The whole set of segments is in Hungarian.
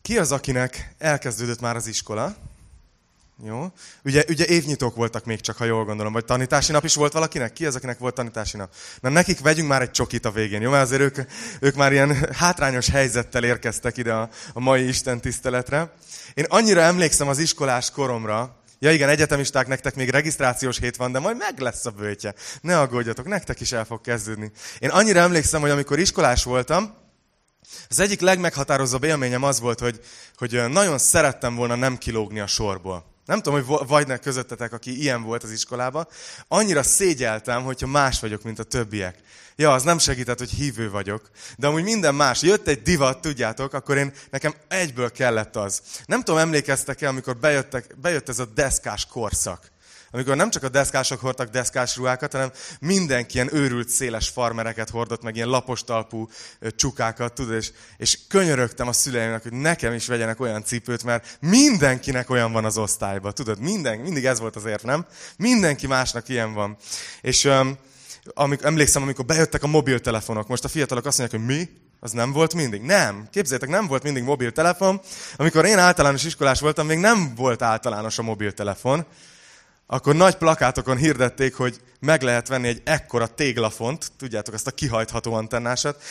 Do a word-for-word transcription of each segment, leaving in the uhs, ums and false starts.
Ki az, akinek elkezdődött már az iskola? Jó. Ugye, ugye évnyitók voltak még csak, ha jól gondolom. Vagy tanítási nap is volt valakinek? Ki az, akinek volt tanítási nap? Na nekik vegyünk már egy csokit a végén, jó? Mert azért ők, ők már ilyen hátrányos helyzettel érkeztek ide a, a mai Isten tiszteletre. Én annyira emlékszem az iskolás koromra, ja igen, egyetemisták, nektek még regisztrációs hét van, de majd meg lesz a bőtje. Ne aggódjatok, nektek is el fog kezdődni. Én annyira emlékszem, hogy amikor iskolás voltam, az egyik legmeghatározóbb élményem az volt, hogy, hogy nagyon szerettem volna nem kilógni a sorból. Nem tudom, hogy vagy közöttetek, aki ilyen volt az iskolában. Annyira szégyeltem, hogyha más vagyok, mint a többiek. Ja, az nem segített, hogy hívő vagyok. De amúgy minden más. Jött egy divat, tudjátok, akkor én, nekem egyből kellett az. Nem tudom, emlékeztek-e, amikor bejöttek, bejött ez a deszkás korszak. Amikor nem csak a deszkások hordtak deszkás ruhákat, hanem mindenki ilyen őrült, széles farmereket hordott, meg ilyen lapos talpú csukákat, tudod, és, és könyörögtem a szüleimnek, hogy nekem is vegyenek olyan cipőt, mert mindenkinek olyan van az osztályban, tudod, minden, mindig ez volt az érv, nem? Mindenki másnak ilyen van. És um, amikor, emlékszem, amikor bejöttek a mobiltelefonok, most a fiatalok azt mondják, hogy mi? Az nem volt mindig? Nem. Képzeljétek, nem volt mindig mobiltelefon. Amikor én általános iskolás voltam, még nem volt általános a mobiltelefon. Akkor nagy plakátokon hirdették, hogy meg lehet venni egy ekkora téglafont, tudjátok, azt a kihajtható antennásat,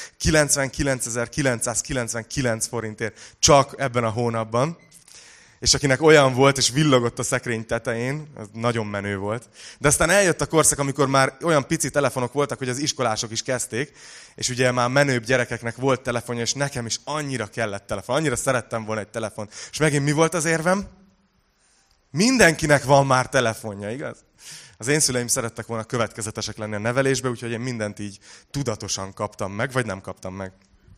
kilencvenkilencezer-kilencszázkilencvenkilenc forintért csak ebben a hónapban. És akinek olyan volt, és villogott a szekrény tetején, az nagyon menő volt. De aztán eljött a korszak, amikor már olyan pici telefonok voltak, hogy az iskolások is kezdték, és ugye már menőbb gyerekeknek volt telefonja, és nekem is annyira kellett telefon, annyira szerettem volna egy telefon. És megint mi volt az érvem? Mindenkinek van már telefonja, igaz? Az én szüleim szerettek volna következetesek lenni a nevelésbe, úgyhogy én mindent így tudatosan kaptam meg, vagy nem kaptam meg.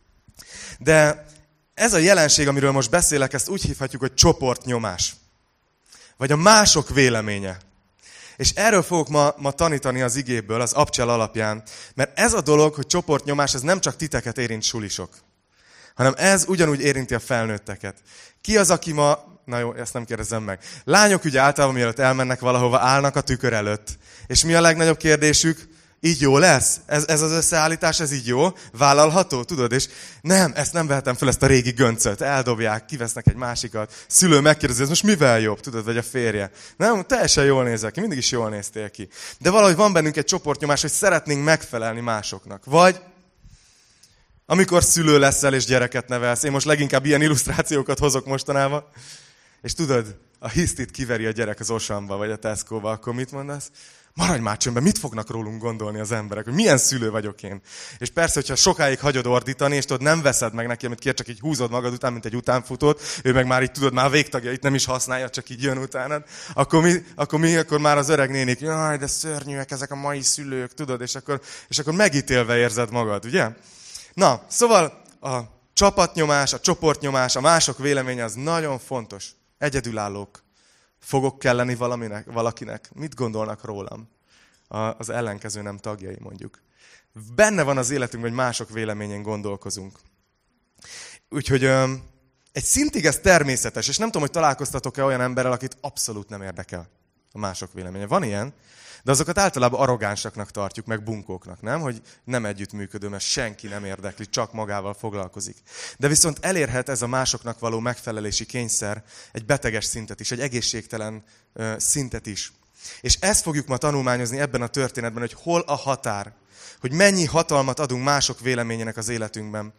De ez a jelenség, amiről most beszélek, ezt úgy hívhatjuk, hogy csoportnyomás. Vagy a mások véleménye. És erről fogok ma, ma tanítani az igéből, az abcsel alapján. Mert ez a dolog, hogy csoportnyomás, ez nem csak titeket érint, sulisok. Hanem ez ugyanúgy érinti a felnőtteket. Ki az, aki ma... Na jó, ezt nem kérdezem meg. Lányok ugye általában, mielőtt elmennek valahova, állnak a tükör előtt. És mi a legnagyobb kérdésük? Így jó lesz? Ez, ez az összeállítás, ez így jó? Vállalható? Tudod? És nem, ezt nem vehetem fel, ezt a régi göncöt. Eldobják, kivesznek egy másikat. Szülő megkérdezi, ez most mivel jobb? Tudod, vagy a férje. Nem, teljesen jól nézel ki, mindig is jól néztél ki. De valahogy van bennünk egy csoportnyomás, hogy szeretnénk megfelelni másoknak. Vagy amikor szülő leszel és gyereket nevelsz. Én most leginkább ilyen illusztrációkat hozok mostanában. És tudod, a hisztit kiveri a gyerek az Osamba vagy a Tesco-ba, akkor mit mondasz? Maradj már csöndben, mit fognak rólunk gondolni az emberek, hogy milyen szülő vagyok én. És persze, hogyha sokáig hagyod ordítani, és tudod, nem veszed meg neki, amit kér, csak így húzod magad után, mint egy utánfutót, ő meg már így tudod, már végtagjait nem is használja, csak így jön utánad, akkor mi, akkor mi, akkor már az öreg nénik, jaj, de szörnyűek ezek a mai szülők, tudod, és akkor, és akkor megítélve érzed magad, ugye? Na, szóval a csapatnyomás, a csoportnyomás, a mások véleménye az nagyon fontos. Egyedülállók. Fogok kelleni valaminek, valakinek? Mit gondolnak rólam? Az ellenkező nem tagjai, mondjuk. Benne van az életünk, hogy mások véleményén gondolkozunk. Úgyhogy öm, egy szintig ez természetes, és nem tudom, hogy találkoztatok-e olyan emberrel, akit abszolút nem érdekel a mások véleménye. Van ilyen, de azokat általában arrogánsaknak tartjuk, meg bunkóknak, nem? Hogy nem együttműködő, mert senki nem érdekli, csak magával foglalkozik. De viszont elérhet ez a másoknak való megfelelési kényszer egy beteges szintet is, egy egészségtelen uh, szintet is. És ezt fogjuk ma tanulmányozni ebben a történetben, hogy hol a határ, hogy mennyi hatalmat adunk mások véleményének az életünkben.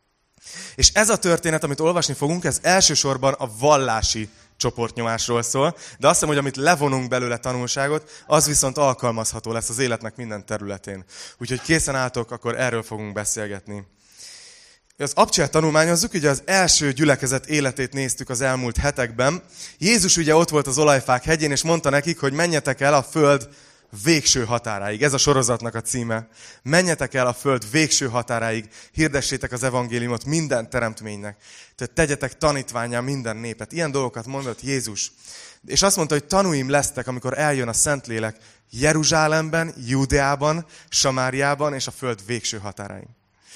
És ez a történet, amit olvasni fogunk, ez elsősorban a vallási csoportnyomásról szól, de azt hiszem, hogy amit levonunk belőle tanulságot, az viszont alkalmazható lesz az életnek minden területén. Úgyhogy készen álltok, akkor erről fogunk beszélgetni. Az abcselt tanulmányozzuk, ugye az első gyülekezet életét néztük az elmúlt hetekben. Jézus ugye ott volt az olajfák hegyén, és mondta nekik, hogy menjetek el a föld végső határáig. Ez a sorozatnak a címe. Menjetek el a föld végső határáig, hirdessétek az evangéliumot minden teremtménynek. Tehát tegyetek tanítvánnyá minden népet. Ilyen dolgokat mondott Jézus. És azt mondta, hogy tanúim lesztek, amikor eljön a Szentlélek Jeruzsálemben, Júdeában, Samáriában és a föld végső határáig.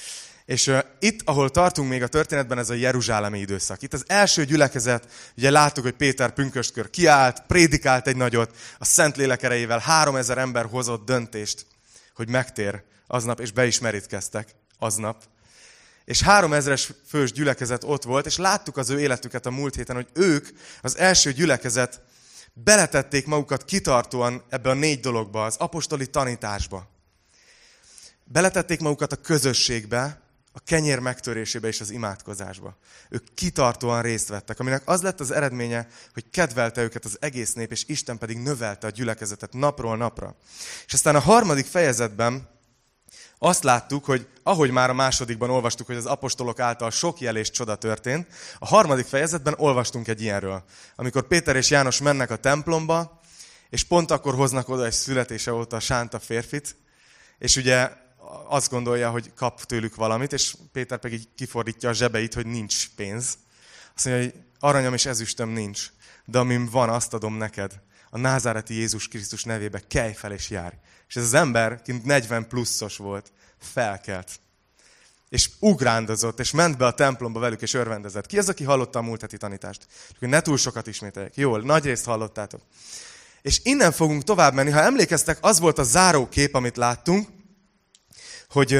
És uh, itt, ahol tartunk még a történetben, ez a jeruzsálemi időszak. Itt az első gyülekezet, ugye láttuk, hogy Péter pünköstkor kiállt, prédikált egy nagyot, a Szentlélek erejével háromezer ember hozott döntést, hogy megtér aznap, és be is merítkeztek aznap. és háromezres fős gyülekezet ott volt, és láttuk az ő életüket a múlt héten, hogy ők, az első gyülekezet, beletették magukat kitartóan ebbe a négy dologba, az apostoli tanításba. Beletették magukat a közösségbe, a kenyér megtörésébe és az imádkozásba. Ők kitartóan részt vettek, aminek az lett az eredménye, hogy kedvelte őket az egész nép, és Isten pedig növelte a gyülekezetet napról napra. És aztán a harmadik fejezetben azt láttuk, hogy ahogy már a másodikban olvastuk, hogy az apostolok által sok jel és csoda történt, a harmadik fejezetben olvastunk egy ilyenről. Amikor Péter és János mennek a templomba, és pont akkor hoznak oda egy születése óta sánta férfit, és ugye azt gondolja, hogy kap tőlük valamit, és Péter pedig kifordítja a zsebeit, hogy nincs pénz. Azt mondja, hogy aranyam és ezüstöm nincs, de amim van, azt adom neked. A názáreti Jézus Krisztus nevébe kelj fel és járj. És ez az ember, kint negyven pluszos volt, felkelt. És ugrándozott, és ment be a templomba velük, és örvendezett. Ki az, aki hallotta a múlt heti tanítást? Csak hogy ne túl sokat ismételjek. Jól, nagy részt hallottátok. És innen fogunk tovább menni. Ha emlékeztek, az volt a zárókép, amit láttunk, hogy,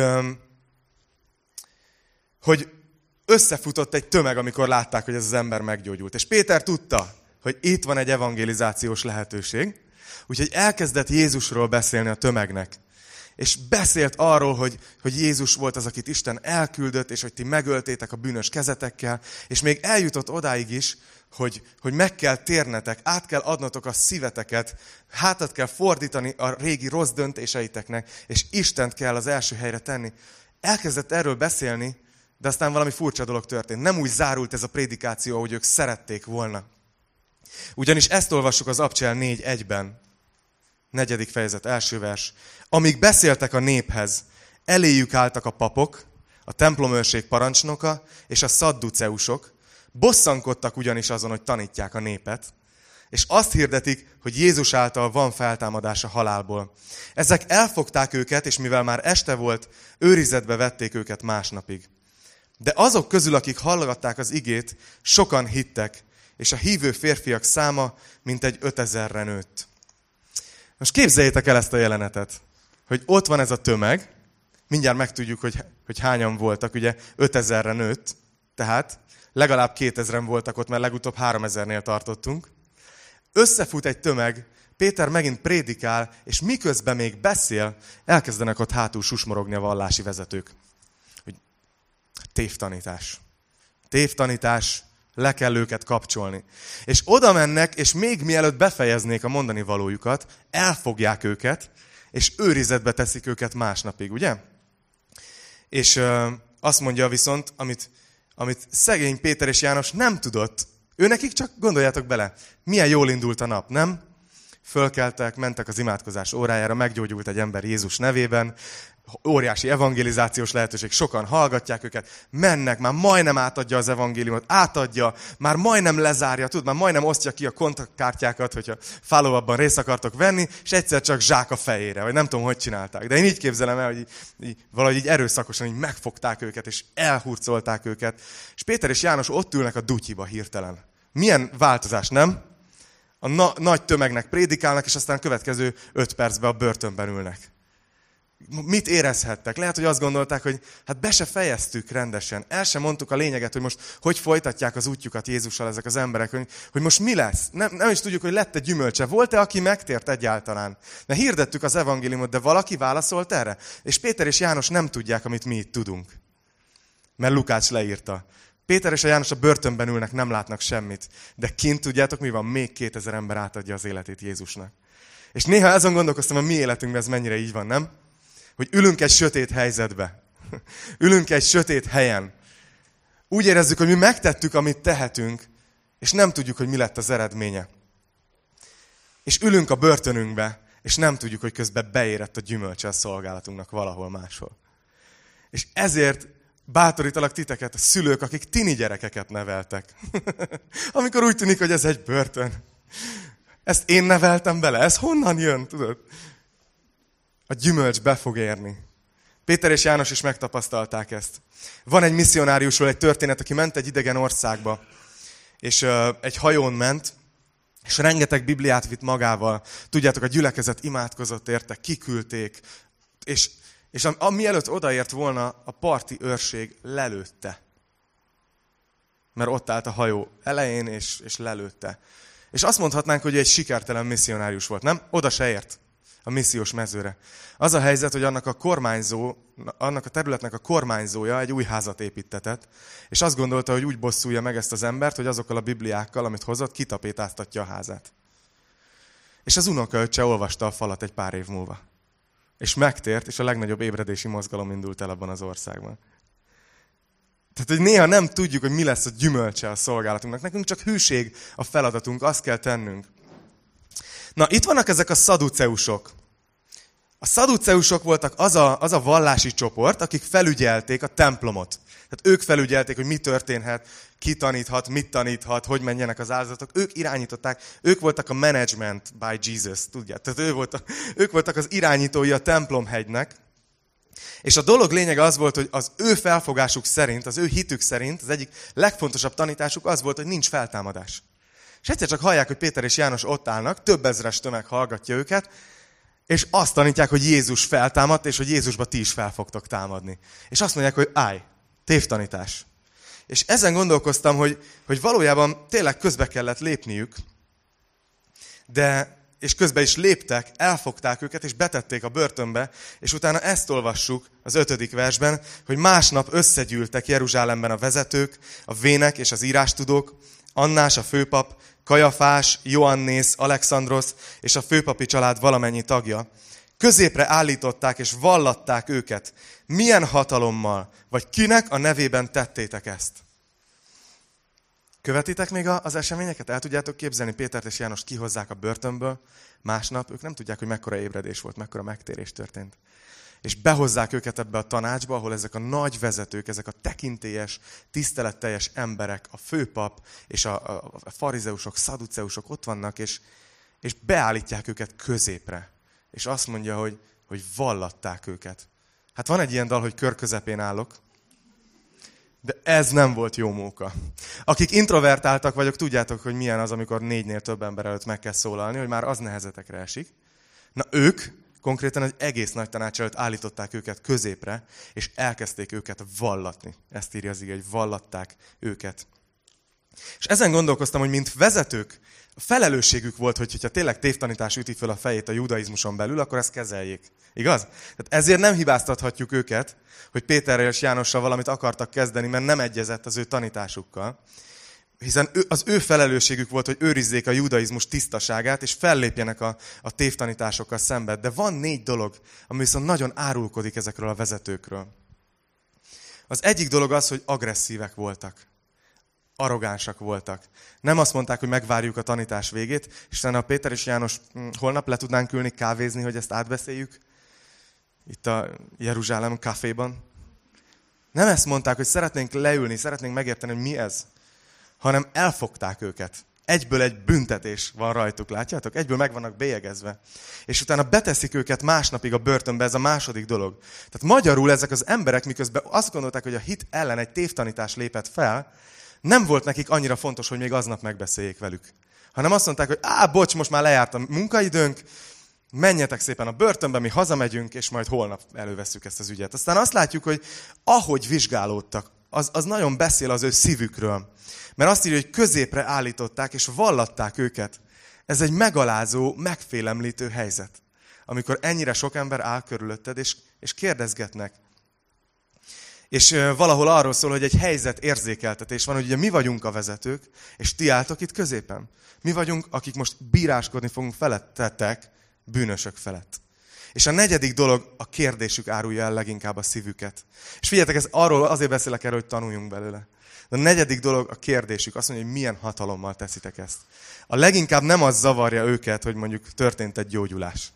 hogy összefutott egy tömeg, amikor látták, hogy ez az ember meggyógyult. És Péter tudta, hogy itt van egy evangelizációs lehetőség, úgyhogy elkezdett Jézusról beszélni a tömegnek. És beszélt arról, hogy, hogy Jézus volt az, akit Isten elküldött, és hogy ti megöltétek a bűnös kezetekkel, és még eljutott odáig is, hogy, hogy meg kell térnetek, át kell adnotok a szíveteket, hátat kell fordítani a régi rossz döntéseiteknek, és Istent kell az első helyre tenni. Elkezdett erről beszélni, de aztán valami furcsa dolog történt. Nem úgy zárult ez a prédikáció, ahogy ők szerették volna. Ugyanis ezt olvassuk az Abcsel négy egyben. Negyedik fejezet, első vers. Amíg beszéltek a néphez, eléjük álltak a papok, a templomőrség parancsnoka és a szadduceusok, bosszankodtak ugyanis azon, hogy tanítják a népet, és azt hirdetik, hogy Jézus által van feltámadás a halálból. Ezek elfogták őket, és mivel már este volt, őrizetbe vették őket másnapig. De azok közül, akik hallgatták az igét, sokan hittek, és a hívő férfiak száma mintegy ötezerre nőtt. Most képzeljétek el ezt a jelenetet, hogy ott van ez a tömeg, mindjárt megtudjuk, hogy, hogy hányan voltak, ugye ötezerre nőtt, tehát legalább kétezren voltak ott, mert legutóbb háromezernél tartottunk. Összefut egy tömeg, Péter megint prédikál, és miközben még beszél, elkezdenek ott hátul susmorogni a vallási vezetők. Hogy tévtanítás. Tévtanítás, le kell őket kapcsolni. És oda mennek, és még mielőtt befejeznék a mondani valójukat, elfogják őket, és őrizetbe teszik őket másnapig, ugye? És ö, azt mondja viszont, amit, amit szegény Péter és János nem tudott. Ő nekik csak gondoljátok bele, milyen jól indult a nap, nem? Fölkeltek, mentek az imádkozás órájára, meggyógyult egy ember Jézus nevében, óriási evangelizációs lehetőség, sokan hallgatják őket, mennek, már majdnem átadja az evangéliumot, átadja, már majdnem lezárja, tud, már majdnem osztja ki a kontaktkártyákat, hogyha follow-upban részt akartok venni, és egyszer csak zsák a fejére, vagy nem tudom, hogy csinálták. De én így képzelem el, hogy így, így, valahogy így erőszakosan így megfogták őket, és elhurcolták őket. És Péter és János ott ülnek a dutyiba hirtelen. Milyen változás, nem? A na- nagy tömegnek prédikálnak, és aztán a következő öt percben a börtönben ülnek. Mit érezhettek? Lehet, hogy azt gondolták, hogy hát be se fejeztük rendesen. El sem mondtuk a lényeget, hogy most hogy folytatják az útjukat Jézussal ezek az emberek, hogy, hogy most mi lesz. Nem, nem is tudjuk, hogy lett-e gyümölcse. Volt-e, aki megtért egyáltalán? Mert hirdettük az evangéliumot, de valaki válaszolt erre? És Péter és János nem tudják, amit mi itt tudunk. Mert Lukács leírta. Péter és a János a börtönben ülnek, nem látnak semmit. De kint tudjátok, mi van? Még kétezer ember átadja az életét Jézusnak. És néha azon gondolkoztam, hogy mi életünkben ez mennyire így van, nem? Hogy ülünk egy sötét helyzetbe. Ülünk egy sötét helyen. Úgy érezzük, hogy mi megtettük, amit tehetünk, és nem tudjuk, hogy mi lett az eredménye. És ülünk a börtönünkbe, és nem tudjuk, hogy közben beérett a gyümölcse a szolgálatunknak valahol máshol. És ezért bátorítalak titeket, a szülők, akik tini gyerekeket neveltek. Amikor úgy tűnik, hogy ez egy börtön. Ezt én neveltem bele, ez honnan jön, tudod? A gyümölcs be fog érni. Péter és János is megtapasztalták ezt. Van egy misszionáriusról egy történet, aki ment egy idegen országba, és uh, egy hajón ment, és rengeteg Bibliát vitt magával. Tudjátok, a gyülekezet imádkozott érte, kiküldték, és, És am, am, mielőtt odaért volna, a parti őrség lelőtte. Mert ott állt a hajó elején, és, és lelőtte. És azt mondhatnánk, hogy egy sikertelen misszionárius volt, nem? Oda se ért a missziós mezőre. Az a helyzet, hogy annak a kormányzó, annak a területnek a kormányzója egy új házat építtetett, és azt gondolta, hogy úgy bosszulja meg ezt az embert, hogy azokkal a bibliákkal, amit hozott, kitapétáztatja a házát. És az unokaöccse olvasta a falat egy pár év múlva. És megtért, és a legnagyobb ébredési mozgalom indult el abban az országban. Tehát, hogy néha nem tudjuk, hogy mi lesz a gyümölcse a szolgálatunknak. Nekünk csak hűség a feladatunk, azt kell tennünk. Na, itt vannak ezek a szaduceusok. A szaduceusok voltak az a, az a vallási csoport, akik felügyelték a templomot. Tehát ők felügyelték, hogy mi történhet, ki taníthat, mit taníthat, hogy menjenek az áldozatok. Ők irányították, ők voltak a management by Jesus, tudják. Tehát ők voltak, ők voltak az irányítói a templomhegynek. És a dolog lényege az volt, hogy az ő felfogásuk szerint, az ő hitük szerint, az egyik legfontosabb tanításuk az volt, hogy nincs feltámadás. És egyszer csak hallják, hogy Péter és János ott állnak, több ezres tömeg hallgatja őket, és azt tanítják, hogy Jézus feltámadt, és hogy Jézusba ti is fel fogtok támadni. És azt mondják, hogy állj, tévtanítás. És ezen gondolkoztam, hogy, hogy valójában tényleg közbe kellett lépniük, de, és közbe is léptek, elfogták őket, és betették a börtönbe, és utána ezt olvassuk az ötödik versben, hogy másnap összegyűltek Jeruzsálemben a vezetők, a vének és az írástudók, Annás a főpap, Kajafás, Joannész, Alexandrosz és a főpapi család valamennyi tagja. Középre állították és vallatták őket. Milyen hatalommal, vagy kinek a nevében tettétek ezt? Követitek még az eseményeket? El tudjátok képzelni, Pétert és Jánost kihozzák a börtönből, másnap ők nem tudják, hogy mekkora ébredés volt, mekkora megtérés történt. És behozzák őket ebbe a tanácsba, ahol ezek a nagy vezetők, ezek a tekintélyes, tiszteletteljes emberek, a főpap és a, a, a farizeusok, szaduceusok ott vannak, és, és beállítják őket középre. És azt mondja, hogy, hogy vallatták őket. Hát van egy ilyen dal, hogy kör közepén állok, de ez nem volt jó móka. Akik introvertáltak vagyok, tudjátok, hogy milyen az, amikor négynél több ember előtt meg kell szólalni, hogy már az nehezetekre esik. Na ők konkrétan egy egész nagy tanács előtt állították őket középre, és elkezdték őket vallatni. Ezt írja az ige, hogy vallatták őket. És ezen gondolkoztam, hogy mint vezetők, a felelősségük volt, hogy ha tényleg tévtanítás üti föl a fejét a judaizmuson belül, akkor ezt kezeljék. Igaz? Tehát ezért nem hibáztathatjuk őket, hogy Péterrel és Jánossal valamit akartak kezdeni, mert nem egyezett az ő tanításukkal. Hiszen az ő felelősségük volt, hogy őrizzék a judaizmus tisztaságát, és fellépjenek a, a tévtanításokkal szemben. De van négy dolog, ami viszont nagyon árulkodik ezekről a vezetőkről. Az egyik dolog az, hogy agresszívek voltak. Arrogánsak voltak. Nem azt mondták, hogy megvárjuk a tanítás végét, és a Péter és János holnap le tudnánk ülni kávézni, hogy ezt átbeszéljük. Itt a Jeruzsálem kaféban. Nem ezt mondták, hogy szeretnénk leülni, szeretnénk megérteni, hogy mi ez, hanem elfogták őket. Egyből egy büntetés van rajtuk, látjátok? Egyből meg vannak bélyegezve. És utána beteszik őket másnapig a börtönbe, ez a második dolog. Tehát magyarul ezek az emberek, miközben azt gondolták, hogy a hit ellen egy tévtanítás lépett fel, nem volt nekik annyira fontos, hogy még aznap megbeszéljék velük. Hanem azt mondták, hogy á, bocs, most már lejárt a munkaidőnk, menjetek szépen a börtönbe, mi hazamegyünk, és majd holnap elővesszük ezt az ügyet. Aztán azt látjuk, hogy ahogy vizsgálódtak, az, az nagyon beszél az ő szívükről. Mert azt írja, hogy középre állították, és vallatták őket. Ez egy megalázó, megfélemlítő helyzet. Amikor ennyire sok ember áll körülötted, és, és kérdezgetnek. És valahol arról szól, hogy egy helyzet érzékeltetés van, hogy ugye mi vagyunk a vezetők, és ti álltok itt középen. Mi vagyunk, akik most bíráskodni fogunk felettetek, bűnösök felett. És a negyedik dolog, a kérdésük árulja el leginkább a szívüket. És figyeljetek, ez arról azért beszélek erről, hogy tanuljunk belőle. De a negyedik dolog, a kérdésük. Azt mondja, hogy milyen hatalommal teszitek ezt. A leginkább nem az zavarja őket, hogy mondjuk történt egy gyógyulás.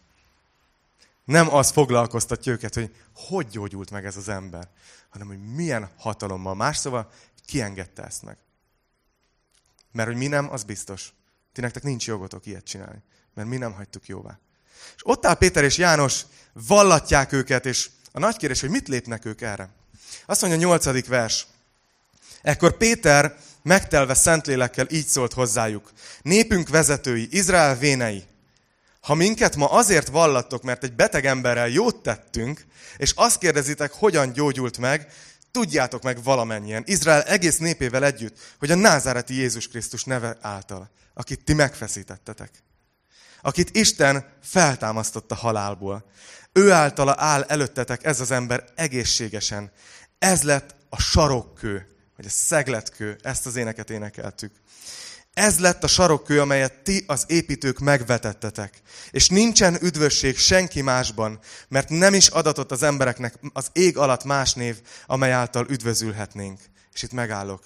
Nem az foglalkoztatja őket, hogy hogy gyógyult meg ez az ember, hanem hogy milyen hatalommal. Más szóval, ki engedte ezt meg. Mert hogy mi nem, az biztos. Ti nektek nincs jogotok ilyet csinálni. Mert mi nem hagytuk jóvá. És ott áll Péter és János, vallatják őket, és a nagy kérdés, hogy mit lépnek ők erre. Azt mondja a nyolcadik vers. Ekkor Péter megtelve Szentlélekkel így szólt hozzájuk. Népünk vezetői, Izrael vénei, Ha minket ma azért vallattok, mert egy beteg emberrel jót tettünk, és azt kérdezitek, hogyan gyógyult meg, tudjátok meg valamennyien, Izrael egész népével együtt, hogy a názáreti Jézus Krisztus neve által, akit ti megfeszítettetek. Akit Isten feltámasztott a halálból. Ő általa áll előttetek ez az ember egészségesen. Ez lett a sarokkő, vagy a szegletkő, ezt az éneket énekeltük. Ez lett a sarokkő, amelyet ti az építők megvetettetek. És nincsen üdvösség senki másban, mert nem is adatott az embereknek az ég alatt más név, amely által üdvözülhetnénk. És itt megállok.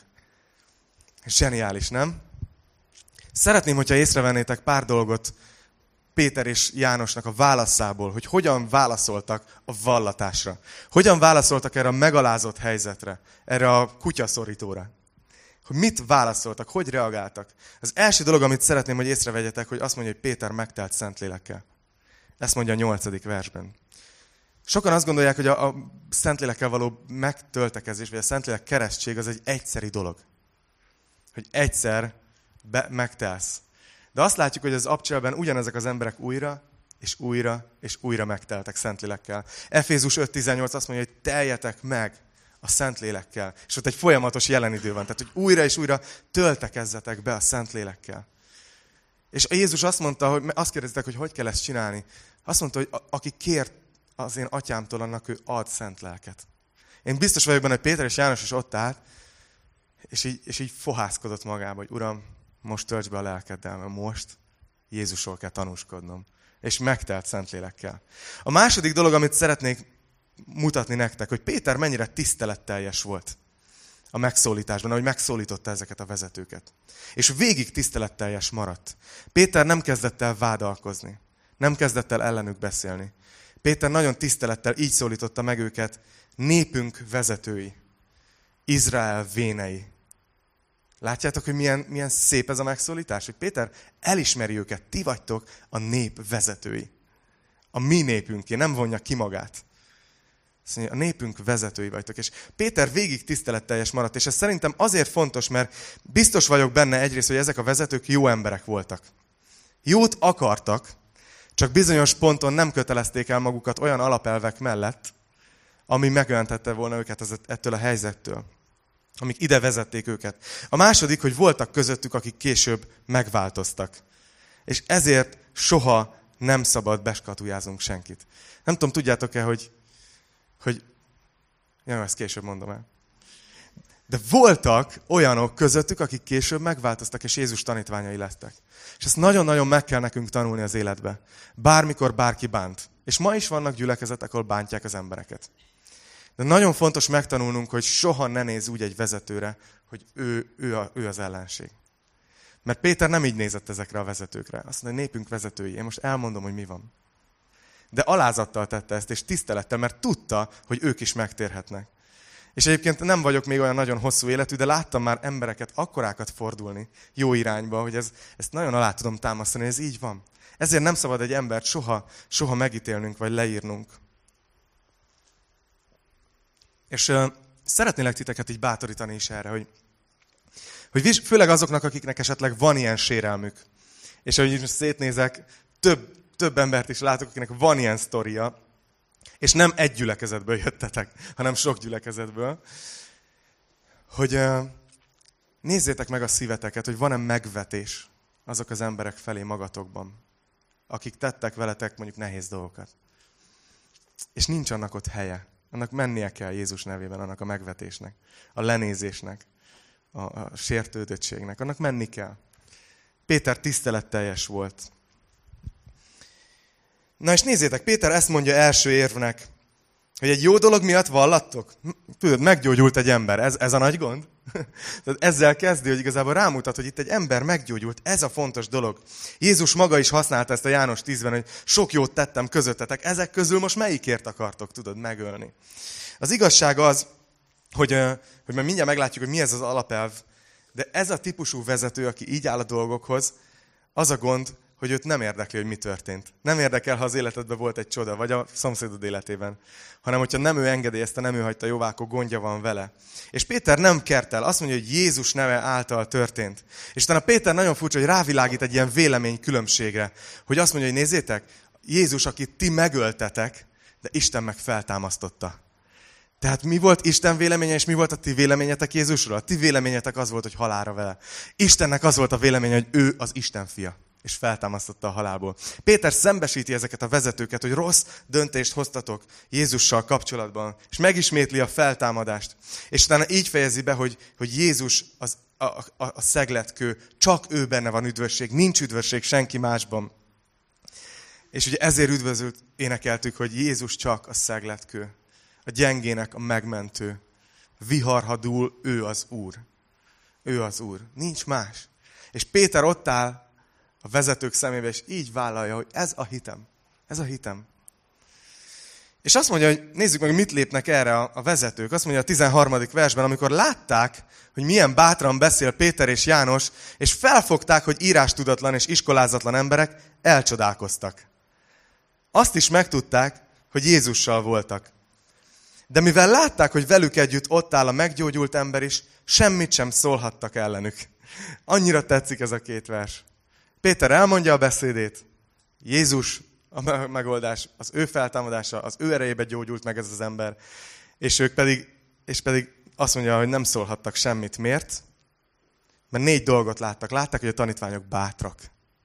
Zseniális, nem? Szeretném, hogyha észrevennétek pár dolgot Péter és Jánosnak a válaszából, hogy hogyan válaszoltak a vallatásra. Hogyan válaszoltak erre a megalázott helyzetre, erre a kutyaszorítóra. Hogy mit válaszoltak, hogy reagáltak. Az első dolog, amit szeretném, hogy észrevegyetek, hogy azt mondja, hogy Péter megtelt Szentlélekkel. Ezt mondja a nyolcadik versben. Sokan azt gondolják, hogy a, a Szentlélekkel való megtöltekezés, vagy a Szentlélek keresztség az egy egyszeri dolog. Hogy egyszer be, megtelsz. De azt látjuk, hogy az abcselben ugyanezek az emberek újra, és újra, és újra megteltek Szentlélekkel. Efézus öt tizennyolc azt mondja, hogy teljetek meg a Szentlélekkel. És ott egy folyamatos jelenidő van. Tehát, hogy újra és újra töltekezzetek be a Szentlélekkel. És Jézus azt mondta, hogy azt kérdezitek, hogy hogy kell ezt csinálni. Azt mondta, hogy aki kért az én atyámtól, annak ő ad szent lelket. Én biztos vagyok benne, hogy Péter és János is ott állt, és így, és így fohászkodott magába, hogy Uram, most tölts be a lelkeddel, mert most Jézusról kell tanúskodnom. És megtelt Szentlélekkel. A második dolog, amit szeretnék mutatni nektek, hogy Péter mennyire tiszteletteljes volt a megszólításban, ahogy megszólította ezeket a vezetőket. És végig tiszteletteljes maradt. Péter nem kezdett el vádalkozni. Nem kezdett el ellenük beszélni. Péter nagyon tisztelettel így szólította meg őket, népünk vezetői, Izrael vénei. Látjátok, hogy milyen, milyen szép ez a megszólítás? Hogy Péter elismeri őket, ti vagytok a nép vezetői. A mi népünké, nem vonja ki magát. Azt mondja, a népünk vezetői vagytok. És Péter végig tiszteletteljes maradt, és ez szerintem azért fontos, mert biztos vagyok benne egyrészt, hogy ezek a vezetők jó emberek voltak. Jót akartak, csak bizonyos ponton nem kötelezték el magukat olyan alapelvek mellett, ami megmentette volna őket ettől a helyzettől, amik ide vezették őket. A második, hogy voltak közöttük, akik később megváltoztak. És ezért soha nem szabad beskatujázunk senkit. Nem tudom, tudjátok-e, hogy, hogy ja, ezt később mondom el. De voltak olyanok közöttük, akik később megváltoztak, és Jézus tanítványai lettek. És ezt nagyon-nagyon meg kell nekünk tanulni az életbe. Bármikor bárki bánt. És ma is vannak gyülekezetek, ahol bántják az embereket. De nagyon fontos megtanulnunk, hogy soha ne nézz úgy egy vezetőre, hogy ő, ő, a, ő az ellenség. Mert Péter nem így nézett ezekre a vezetőkre. Azt mondja, hogy népünk vezetői. Én most elmondom, hogy mi van. De alázattal tette ezt, és tisztelettel, mert tudta, hogy ők is megtérhetnek. És egyébként nem vagyok még olyan nagyon hosszú életű, de láttam már embereket akkorákat fordulni jó irányba, hogy ez, ezt nagyon alá tudom támasztani, hogy ez így van. Ezért nem szabad egy embert soha, soha megítélnünk, vagy leírnunk. És uh, szeretnélek titeket így bátorítani is erre, hogy, hogy főleg azoknak, akiknek esetleg van ilyen sérelmük. És ahogy most szétnézek, több, több embert is látok, akinek van ilyen sztoria, és nem egy gyülekezetből jöttetek, hanem sok gyülekezetből, hogy uh, nézzétek meg a szíveteket, hogy van-e megvetés azok az emberek felé magatokban, akik tettek veletek mondjuk nehéz dolgokat. És nincs annak ott helye. Annak mennie kell Jézus nevében, annak a megvetésnek, a lenézésnek, a, a sértődöttségnek. Annak menni kell. Péter tiszteletteljes volt. Na és nézzétek, Péter ezt mondja első érvnek, hogy egy jó dolog miatt vallattok. Tudod, meggyógyult egy ember. Ez, ez a nagy gond? Tehát ezzel kezdi, hogy igazából rámutat, hogy itt egy ember meggyógyult. Ez a fontos dolog. Jézus maga is használta ezt a János tízben, hogy sok jót tettem közöttetek. Ezek közül most melyikért akartok, tudod, megölni? Az igazság az, hogy, hogy már mindjárt meglátjuk, hogy mi ez az alapelv, de ez a típusú vezető, aki így áll a dolgokhoz, az a gond, hogy őt nem érdekli, hogy mi történt. Nem érdekel, ha az életedben volt egy csoda, vagy a szomszédod életében. Hanem, hogyha nem ő engedélyezte, nem ő hagyta jóvá, akkor gondja van vele. És Péter nem kertel, azt mondja, hogy Jézus neve által történt. És utána Péter nagyon furcsa, hogy rávilágít egy ilyen vélemény különbségre. Hogy azt mondja, hogy nézzétek, Jézus, akit ti megöltetek, de Isten meg feltámasztotta. Tehát mi volt Isten véleménye, és mi volt a ti véleményetek Jézusról? A ti véleményetek az volt, hogy halálra vele. Istennek az volt a véleménye, hogy ő az Isten fia, és feltámasztotta a halálból. Péter szembesíti ezeket a vezetőket, hogy rossz döntést hoztatok Jézussal kapcsolatban, és megismétli a feltámadást. És utána így fejezi be, hogy, hogy Jézus az, a, a, a szegletkő, csak ő benne van üdvösség, nincs üdvösség senki másban. És ugye ezért üdvözült énekeltük, hogy Jézus csak a szegletkő. A gyengének a megmentő. Vihar, ha dúl, ő az Úr. Ő az Úr. Nincs más. És Péter ott áll a vezetők szemébe, és így vállalja, hogy ez a hitem. Ez a hitem. És azt mondja, hogy nézzük meg, mit lépnek erre a vezetők. Azt mondja a tizenharmadik versben, amikor látták, hogy milyen bátran beszél Péter és János, és felfogták, hogy írástudatlan és iskolázatlan emberek, elcsodálkoztak. Azt is megtudták, hogy Jézussal voltak. De mivel látták, hogy velük együtt ott áll a meggyógyult ember is, semmit sem szólhattak ellenük. Annyira tetszik ez a két vers. Péter elmondja a beszédét. Jézus a megoldás, az ő feltámadása, az ő erejébe gyógyult meg ez az ember. És ők pedig, és pedig azt mondja, hogy nem szólhattak semmit. Miért? Mert négy dolgot láttak. Látták, hogy a tanítványok bátrak.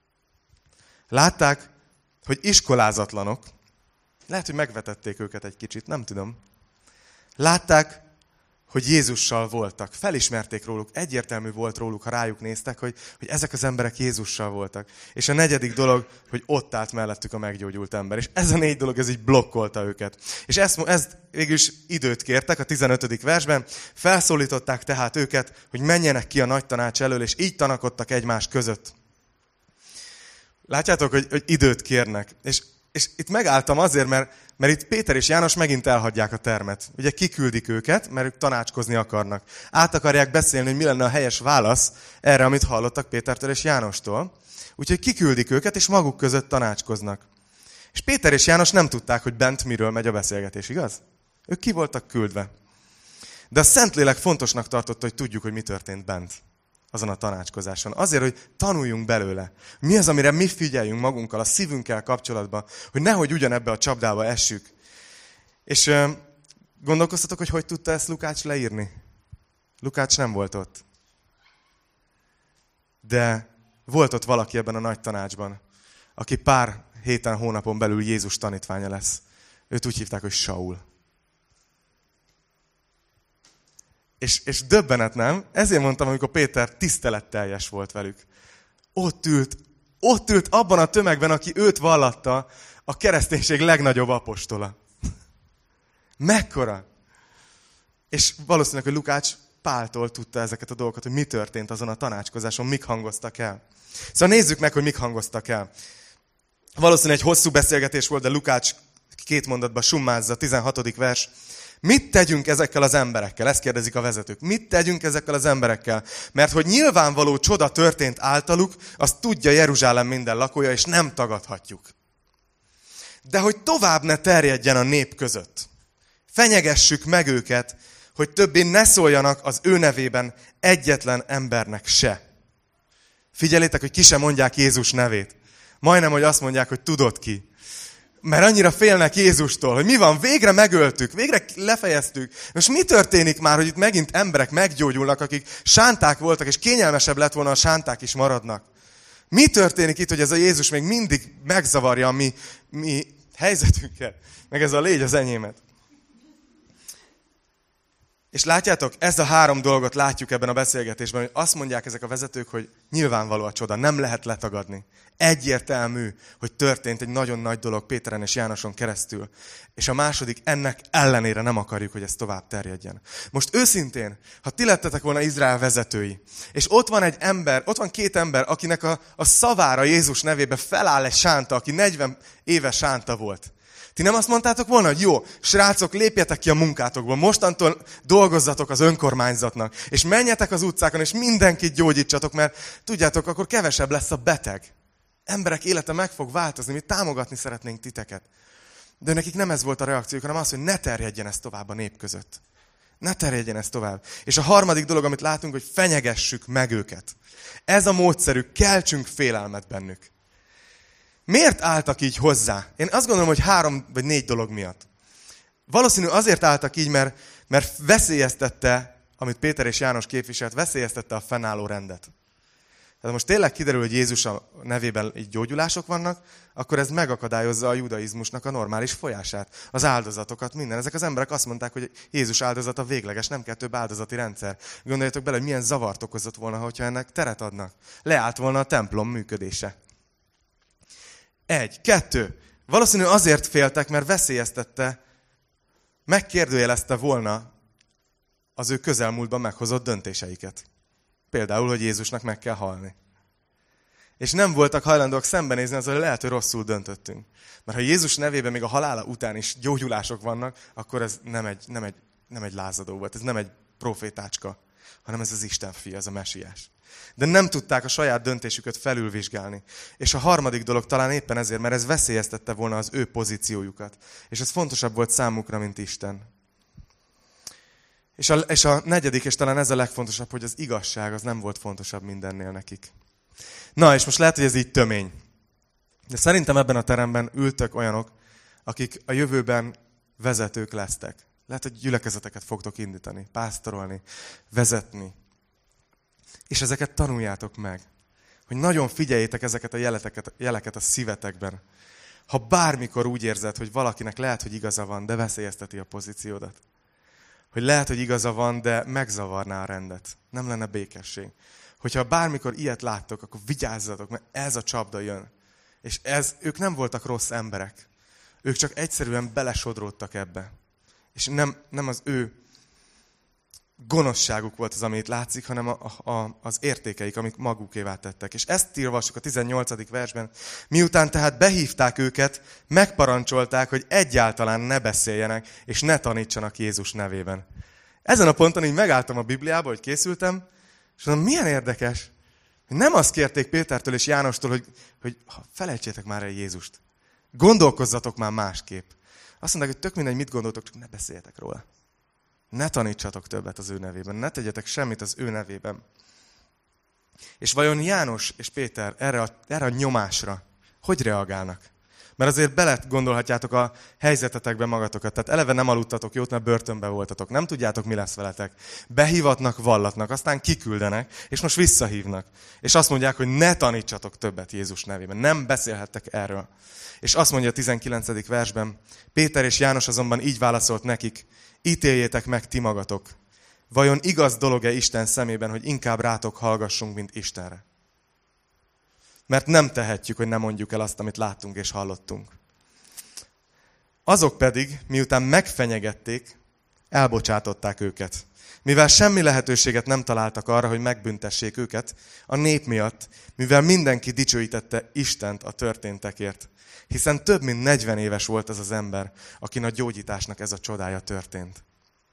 Látták, hogy iskolázatlanok. Lehet, hogy megvetették őket egy kicsit, nem tudom. Látták, hogy Jézussal voltak. Felismerték róluk, egyértelmű volt róluk, ha rájuk néztek, hogy, hogy ezek az emberek Jézussal voltak. És a negyedik dolog, hogy ott állt mellettük a meggyógyult ember. És ez a négy dolog, ez így blokkolta őket. És ezt, ezt végülis időt kértek a tizenötödik versben. Felszólították tehát őket, hogy menjenek ki a nagy tanács elől, és így tanakodtak egymás között. Látjátok, hogy, hogy időt kérnek. És, és itt megálltam azért, mert, mert itt Péter és János megint elhagyják a termet. Ugye kiküldik őket, mert ők tanácskozni akarnak. Át akarják beszélni, hogy mi lenne a helyes válasz erre, amit hallottak Pétertől és Jánostól. Úgyhogy kiküldik őket, és maguk között tanácskoznak. És Péter és János nem tudták, hogy bent miről megy a beszélgetés, igaz? Ők ki voltak küldve. De a Szentlélek fontosnak tartotta, hogy tudjuk, hogy mi történt bent azon a tanácskozáson. Azért, hogy tanuljunk belőle. Mi az, amire mi figyeljünk magunkkal, a szívünkkel kapcsolatban, hogy nehogy ugyanebbe a csapdába essük. És euh, gondolkoztatok, hogy hogy tudta ezt Lukács leírni? Lukács nem volt ott. De volt ott valaki ebben a nagy tanácsban, aki pár héten, hónapon belül Jézus tanítványa lesz. Őt úgy hívták, hogy Saul. És, és döbbenet, nem? Ezért mondtam, amikor Péter tiszteletteljes volt velük. Ott ült, ott ült abban a tömegben, aki őt vallatta, a kereszténység legnagyobb apostola. Mekkora? És valószínűleg, hogy Lukács Páltól tudta ezeket a dolgokat, hogy mi történt azon a tanácskozáson, mik hangoztak el. Szóval nézzük meg, hogy mik hangoztak el. Valószínűleg egy hosszú beszélgetés volt, de Lukács két mondatban summázza, tizenhatodik vers. Mit tegyünk ezekkel az emberekkel? Ezt kérdezik a vezetők. Mit tegyünk ezekkel az emberekkel? Mert hogy nyilvánvaló csoda történt általuk, azt tudja Jeruzsálem minden lakója, és nem tagadhatjuk. De hogy tovább ne terjedjen a nép között. Fenyegessük meg őket, hogy többé ne szóljanak az ő nevében egyetlen embernek se. Figyeljétek, hogy ki sem mondják Jézus nevét. Majdnem, hogy azt mondják, hogy tudod ki. Mert annyira félnek Jézustól, hogy mi van, végre megöltük, végre lefejeztük. Most mi történik már, hogy itt megint emberek meggyógyulnak, akik sánták voltak, és kényelmesebb lett volna, a sánták is maradnak. Mi történik itt, hogy ez a Jézus még mindig megzavarja a mi, mi helyzetünket, meg ez a légy az enyémet. És látjátok, ez a három dolgot látjuk ebben a beszélgetésben, hogy azt mondják ezek a vezetők, hogy nyilvánvaló a csoda, nem lehet letagadni. Egyértelmű, hogy történt egy nagyon nagy dolog Péteren és Jánoson keresztül. És a második, ennek ellenére nem akarjuk, hogy ez tovább terjedjen. Most őszintén, ha ti lettetek volna Izrael vezetői, és ott van egy ember, ott van két ember, akinek a, a szavára Jézus nevébe feláll egy sánta, aki negyven éve sánta volt. Ti nem azt mondtátok volna, hogy jó, srácok, lépjetek ki a munkátokból, mostantól dolgozzatok az önkormányzatnak, és menjetek az utcákon, és mindenkit gyógyítsatok, mert tudjátok, akkor kevesebb lesz a beteg. emberek élete meg fog változni, mi támogatni szeretnénk titeket. De nekik nem ez volt a reakciójuk, hanem az, hogy ne terjedjen ez tovább a nép között. Ne terjedjen ez tovább. És a harmadik dolog, amit látunk, hogy fenyegessük meg őket. Ez a módszerük, keltsünk félelmet bennük. Miért álltak így hozzá? Én azt gondolom, hogy három vagy négy dolog miatt. Valószínű azért álltak így, mert, mert veszélyeztette, amit Péter és János képviselt, veszélyeztette a fennálló rendet. Tehát most tényleg kiderül, hogy Jézus a nevében így gyógyulások vannak, akkor ez megakadályozza a judaizmusnak a normális folyását, az áldozatokat, minden. Ezek az emberek azt mondták, hogy Jézus áldozata végleges, nem kell több áldozati rendszer. Gondoljatok bele, hogy milyen zavart okozott volna, hogyha ennek teret adnak. Leállt volna a templom működése. Egy. Kettő. Valószínű azért féltek, mert veszélyeztette, megkérdőjelezte volna az ő közelmúltban meghozott döntéseiket. Például, hogy Jézusnak meg kell halni. És nem voltak hajlandóak szembenézni azzal, hogy lehet, hogy rosszul döntöttünk. Mert ha Jézus nevében még a halála után is gyógyulások vannak, akkor ez nem egy, nem egy, nem egy lázadó volt, ez nem egy profétácska, hanem ez az Isten fia, ez a mesiás. De nem tudták a saját döntésüket felülvizsgálni. És a harmadik dolog talán éppen ezért, mert ez veszélyeztette volna az ő pozíciójukat. És ez fontosabb volt számukra, mint Isten. És a, és a negyedik, és talán ez a legfontosabb, hogy az igazság az nem volt fontosabb mindennél nekik. Na, és most lehet, hogy ez így tömény. De szerintem ebben a teremben ültök olyanok, akik a jövőben vezetők lesztek. Lehet, hogy gyülekezeteket fogtok indítani, pásztorolni, vezetni. És ezeket tanuljátok meg. Hogy nagyon figyeljétek ezeket a jeleket, jeleket a szívetekben. Ha bármikor úgy érzed, hogy valakinek lehet, hogy igaza van, de veszélyezteti a pozíciódat. Hogy lehet, hogy igaza van, de megzavarná a rendet. Nem lenne békesség. Hogyha bármikor ilyet láttok, akkor vigyázzatok, mert ez a csapda jön. És ez, ők nem voltak rossz emberek. Ők csak egyszerűen belesodródtak ebbe. És nem, nem az ő gonoszságuk volt az, amit látszik, hanem a, a, az értékeik, amik magukévá tettek. És ezt írvassuk a tizennyolcadik versben. Miután tehát behívták őket, megparancsolták, hogy egyáltalán ne beszéljenek, és ne tanítsanak Jézus nevében. Ezen a ponton így megálltam a Bibliába, hogy készültem, és mondom, milyen érdekes, hogy nem azt kérték Pétertől és Jánostól, hogy, hogy felejtsétek már el Jézust. Gondolkozzatok már másképp. Azt mondták, hogy tök mindegy, mit gondoltok, csak ne beszéljetek róla. Ne tanítsatok többet az ő nevében, ne tegyetek semmit az ő nevében. És vajon János és Péter erre a, erre a nyomásra hogy reagálnak? Mert azért bele gondolhatjátok a helyzetetekbe magatokat. Tehát eleve nem aludtatok jót, mert börtönben voltatok. Nem tudjátok, mi lesz veletek. Behívatnak, vallatnak, aztán kiküldenek, és most visszahívnak. És azt mondják, hogy ne tanítsatok többet Jézus nevében. Nem beszélhettek erről. És azt mondja a tizenkilencedik versben, Péter és János azonban így válaszolt nekik, ítéljétek meg ti magatok. Vajon igaz dolog-e Isten szemében, hogy inkább rátok hallgassunk, mint Istenre? Mert nem tehetjük, hogy nem mondjuk el azt, amit láttunk és hallottunk. Azok pedig, miután megfenyegették, elbocsátották őket. Mivel semmi lehetőséget nem találtak arra, hogy megbüntessék őket, a nép miatt, mivel mindenki dicsőítette Istent a történtekért. Hiszen több mint negyven éves volt ez az ember, akin a gyógyításnak ez a csodája történt.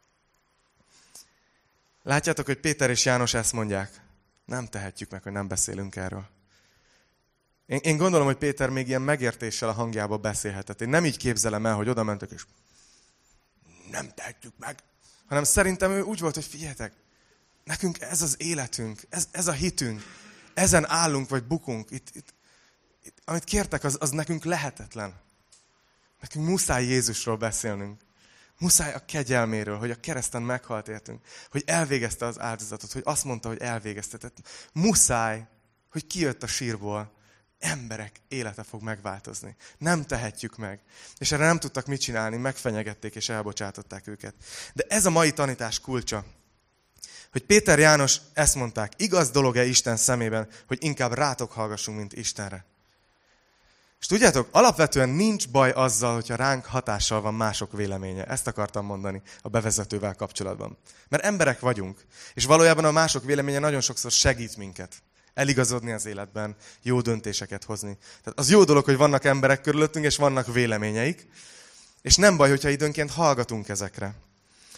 Látjátok, hogy Péter és János ezt mondják? Nem tehetjük meg, hogy nem beszélünk erről. Én, én gondolom, hogy Péter még ilyen megértéssel a hangjába beszélhetett. Én nem így képzelem el, hogy oda mentek és nem tehetjük meg. Hanem szerintem ő úgy volt, hogy figyeljetek, nekünk ez az életünk, ez, ez a hitünk, ezen állunk vagy bukunk. Itt, itt, itt, amit kértek, az, az nekünk lehetetlen. Nekünk muszáj Jézusról beszélnünk. Muszáj a kegyelméről, hogy a kereszten meghalt értünk. Hogy elvégezte az áldozatot, hogy azt mondta, hogy elvégezte. Tehát muszáj, hogy kijött a sírból. Emberek élete fog megváltozni. Nem tehetjük meg. És erre nem tudtak mit csinálni, megfenyegették és elbocsátották őket. De ez a mai tanítás kulcsa. Hogy Péter, János ezt mondták, igaz dolog-e Isten szemében, hogy inkább rátok hallgassunk, mint Istenre. És tudjátok, alapvetően nincs baj azzal, hogyha ránk hatással van mások véleménye. Ezt akartam mondani a bevezetővel kapcsolatban. Mert emberek vagyunk. És valójában a mások véleménye nagyon sokszor segít minket. Eligazodni az életben, jó döntéseket hozni. Tehát az jó dolog, hogy vannak emberek körülöttünk, és vannak véleményeik. És nem baj, hogyha időnként hallgatunk ezekre.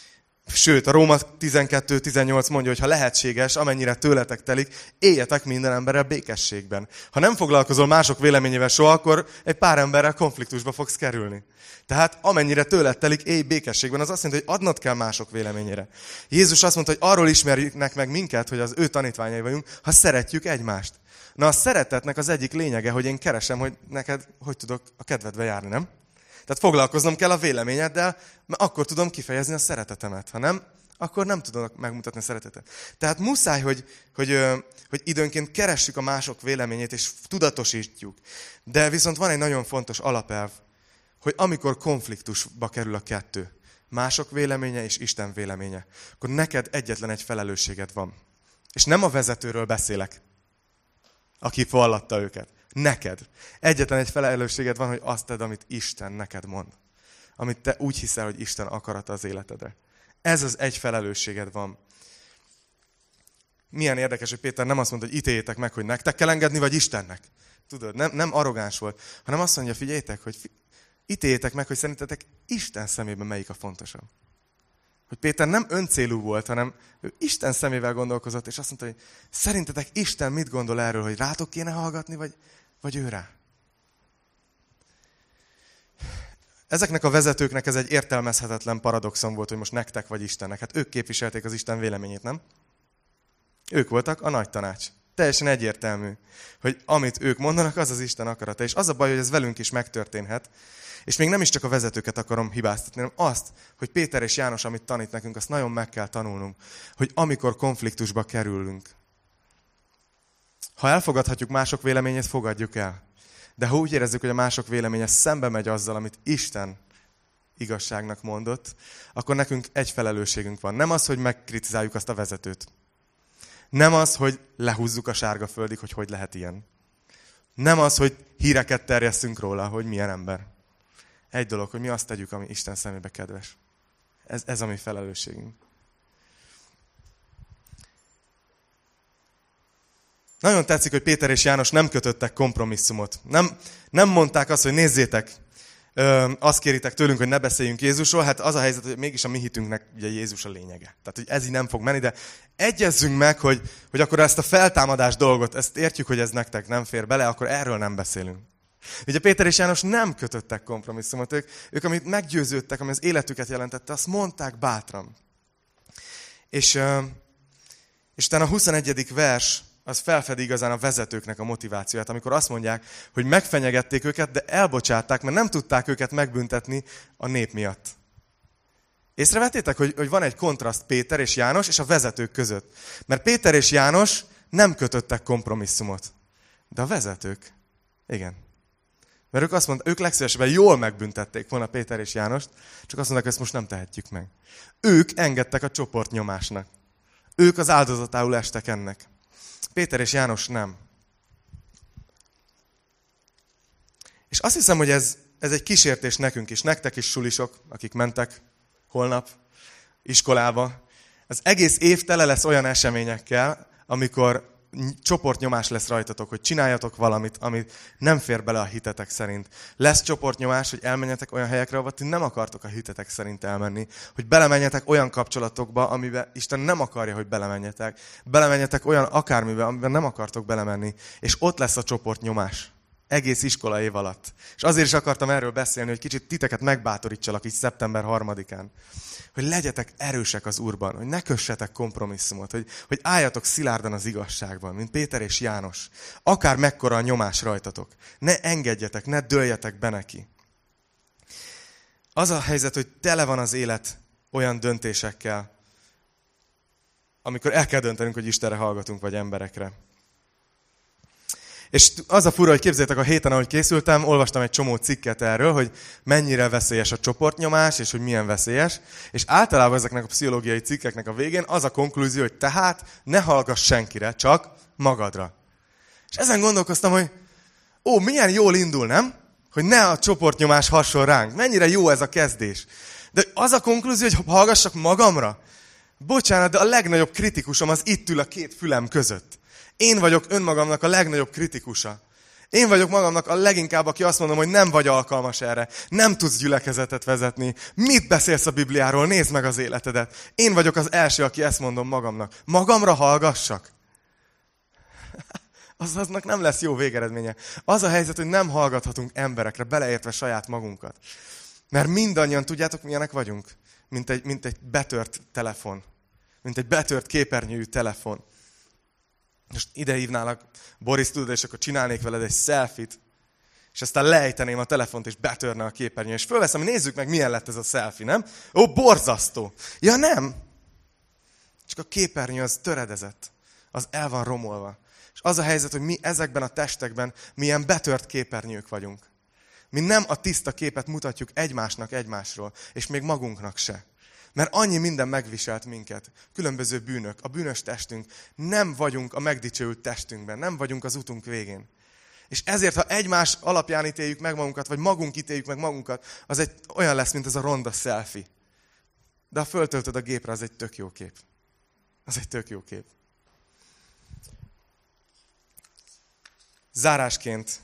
Sőt, a Róma tizenkettő tizennyolc mondja, hogy ha lehetséges, amennyire tőletek telik, éljetek minden emberrel békességben. Ha nem foglalkozol mások véleményével soha, akkor egy pár emberrel konfliktusba fogsz kerülni. Tehát amennyire tőled telik, élj békességben. Az azt jelenti, hogy adnod kell mások véleményére. Jézus azt mondta, hogy arról ismerjük meg minket, hogy az ő tanítványai vagyunk, ha szeretjük egymást. Na a szeretetnek az egyik lényege, hogy én keresem, hogy neked hogy tudok a kedvedbe járni, nem? Tehát foglalkoznom kell a véleményeddel, mert akkor tudom kifejezni a szeretetemet. Ha nem, akkor nem tudom megmutatni a szeretetet. Tehát muszáj, hogy, hogy, hogy időnként keressük a mások véleményét, és tudatosítjuk. De viszont van egy nagyon fontos alapelv, hogy amikor konfliktusba kerül a kettő, mások véleménye és Isten véleménye, akkor neked egyetlen egy felelősséged van. És nem a vezetőről beszélek, aki vallatta őket. Neked. Egyetlen egy felelősséged van, hogy azt tedd, amit Isten neked mond. Amit te úgy hiszel, hogy Isten akarata az életedre. Ez az egy felelősséged van. Milyen érdekes, hogy Péter nem azt mondta, hogy ítéljétek meg, hogy nektek kell engedni, vagy Istennek. Tudod, nem, nem arrogáns volt, hanem azt mondja, figyeljétek, hogy fi- ítéljétek meg, hogy szerintetek Isten szemében melyik a fontosabb. Hogy Péter nem öncélú volt, hanem ő Isten szemével gondolkozott, és azt mondta, hogy szerintetek Isten mit gondol erről, hogy rátok kéne hallgatni, vagy, vagy ő rá? Ezeknek a vezetőknek ez egy értelmezhetetlen paradoxon volt, hogy most nektek vagy Istennek. Hát ők képviselték az Isten véleményét, nem? Ők voltak a nagy tanács. Teljesen egyértelmű, hogy amit ők mondanak, az az Isten akarata. És az a baj, hogy ez velünk is megtörténhet. És még nem is csak a vezetőket akarom hibáztatni, hanem azt, hogy Péter és János, amit tanít nekünk, azt nagyon meg kell tanulnunk, hogy amikor konfliktusba kerülünk, ha elfogadhatjuk mások véleményét, fogadjuk el. De ha úgy érezzük, hogy a mások véleménye szembe megy azzal, amit Isten igazságnak mondott, akkor nekünk egy felelősségünk van. Nem az, hogy megkritizáljuk azt a vezetőt. Nem az, hogy lehúzzuk a sárga földig, hogy hogy lehet ilyen. Nem az, hogy híreket terjesszünk róla, hogy milyen ember. Egy dolog, hogy mi azt tegyük, ami Isten szemébe kedves. Ez, ez a mi felelősségünk. Nagyon tetszik, hogy Péter és János nem kötöttek kompromisszumot. Nem, nem mondták azt, hogy nézzétek, ö, azt kéritek tőlünk, hogy ne beszéljünk Jézusról. Hát az a helyzet, hogy mégis a mi hitünknek ugye Jézus a lényege. Tehát, hogy ez így nem fog menni, de egyezzünk meg, hogy, hogy akkor ezt a feltámadás dolgot, ezt értjük, hogy ez nektek nem fér bele, akkor erről nem beszélünk. Ugye Péter és János nem kötöttek kompromisszumot. Ők, ők amit meggyőződtek, ami az életüket jelentette, azt mondták bátran. És, és utána a huszonegyedik vers, az felfedi igazán a vezetőknek a motivációját, amikor azt mondják, hogy megfenyegették őket, de elbocsátták, mert nem tudták őket megbüntetni a nép miatt. Észrevettétek, hogy, hogy van egy kontraszt Péter és János és a vezetők között. Mert Péter és János nem kötöttek kompromisszumot. De a vezetők, igen. Mert ők azt mondták, ők legszívesebben jól megbüntették volna Péter és Jánost, csak azt mondták, hogy ezt most nem tehetjük meg. Ők engedtek a csoportnyomásnak. Ők az áldozatául estek ennek. Péter és János nem. És azt hiszem, hogy ez, ez egy kísértés nekünk is, nektek is sulisok, akik mentek holnap iskolába. Az egész év tele lesz olyan eseményekkel, amikor csoportnyomás lesz rajtatok, hogy csináljatok valamit, amit nem fér bele a hitetek szerint. Lesz csoportnyomás, hogy elmenjetek olyan helyekre, ahol ti nem akartok a hitetek szerint elmenni. Hogy belemenjetek olyan kapcsolatokba, amiben Isten nem akarja, hogy belemenjetek. Belemenjetek olyan akármiben, amiben nem akartok belemenni. És ott lesz a csoportnyomás. Egész iskola év alatt. És azért is akartam erről beszélni, hogy kicsit titeket megbátorítsalak így szeptember harmadikán. Hogy legyetek erősek az Úrban, hogy ne kössetek kompromisszumot, hogy, hogy álljatok szilárdan az igazságban, mint Péter és János. Akár mekkora a nyomás rajtatok. Ne engedjetek, ne dőljetek be neki. Az a helyzet, hogy tele van az élet olyan döntésekkel, amikor el kell döntenünk, hogy Istenre hallgatunk, vagy emberekre. És az a fura, hogy képzeljétek, a héten, ahogy készültem, olvastam egy csomó cikket erről, hogy mennyire veszélyes a csoportnyomás, és hogy milyen veszélyes. És általában ezeknek a pszichológiai cikkeknek a végén az a konklúzió, hogy tehát ne hallgass senkire, csak magadra. És ezen gondolkoztam, hogy ó, milyen jól indul, nem? Hogy ne a csoportnyomás hasson ránk. Mennyire jó ez a kezdés. De az a konklúzió, hogy hallgassak magamra. Bocsánat, de a legnagyobb kritikusom az itt ül a két fülem között. Én vagyok önmagamnak a legnagyobb kritikusa. Én vagyok magamnak a leginkább, aki azt mondom, hogy nem vagy alkalmas erre. Nem tudsz gyülekezetet vezetni. Mit beszélsz a Bibliáról? Nézd meg az életedet. Én vagyok az első, aki ezt mondom magamnak. Magamra hallgassak? Azaznak nem lesz jó végeredménye. Az a helyzet, hogy nem hallgathatunk emberekre, beleértve saját magunkat. Mert mindannyian, tudjátok, milyenek vagyunk? Mint egy, mint egy betört telefon. Mint egy betört képernyőjű telefon. Most ide hívnálak, Boris, tudod, és akkor csinálnék veled egy selfie-t, és aztán lejteném a telefont, és betörne a képernyő. És fölveszem, nézzük meg, milyen lett ez a selfie, nem? Ó, borzasztó! Ja, nem! Csak a képernyő az töredezett. Az el van romolva. És az a helyzet, hogy mi ezekben a testekben milyen betört képernyők vagyunk. Mi nem a tiszta képet mutatjuk egymásnak egymásról, és még magunknak se. Mert annyi minden megviselt minket. Különböző bűnök, a bűnös testünk. Nem vagyunk a megdicsőült testünkben, nem vagyunk az utunk végén. És ezért, ha egymás alapján ítéljük meg magunkat, vagy magunk ítéljük meg magunkat, az egy olyan lesz, mint ez a ronda selfie. De ha föltöltöd a gépre, az egy tök jó kép. Az egy tök jó kép. Zárásként.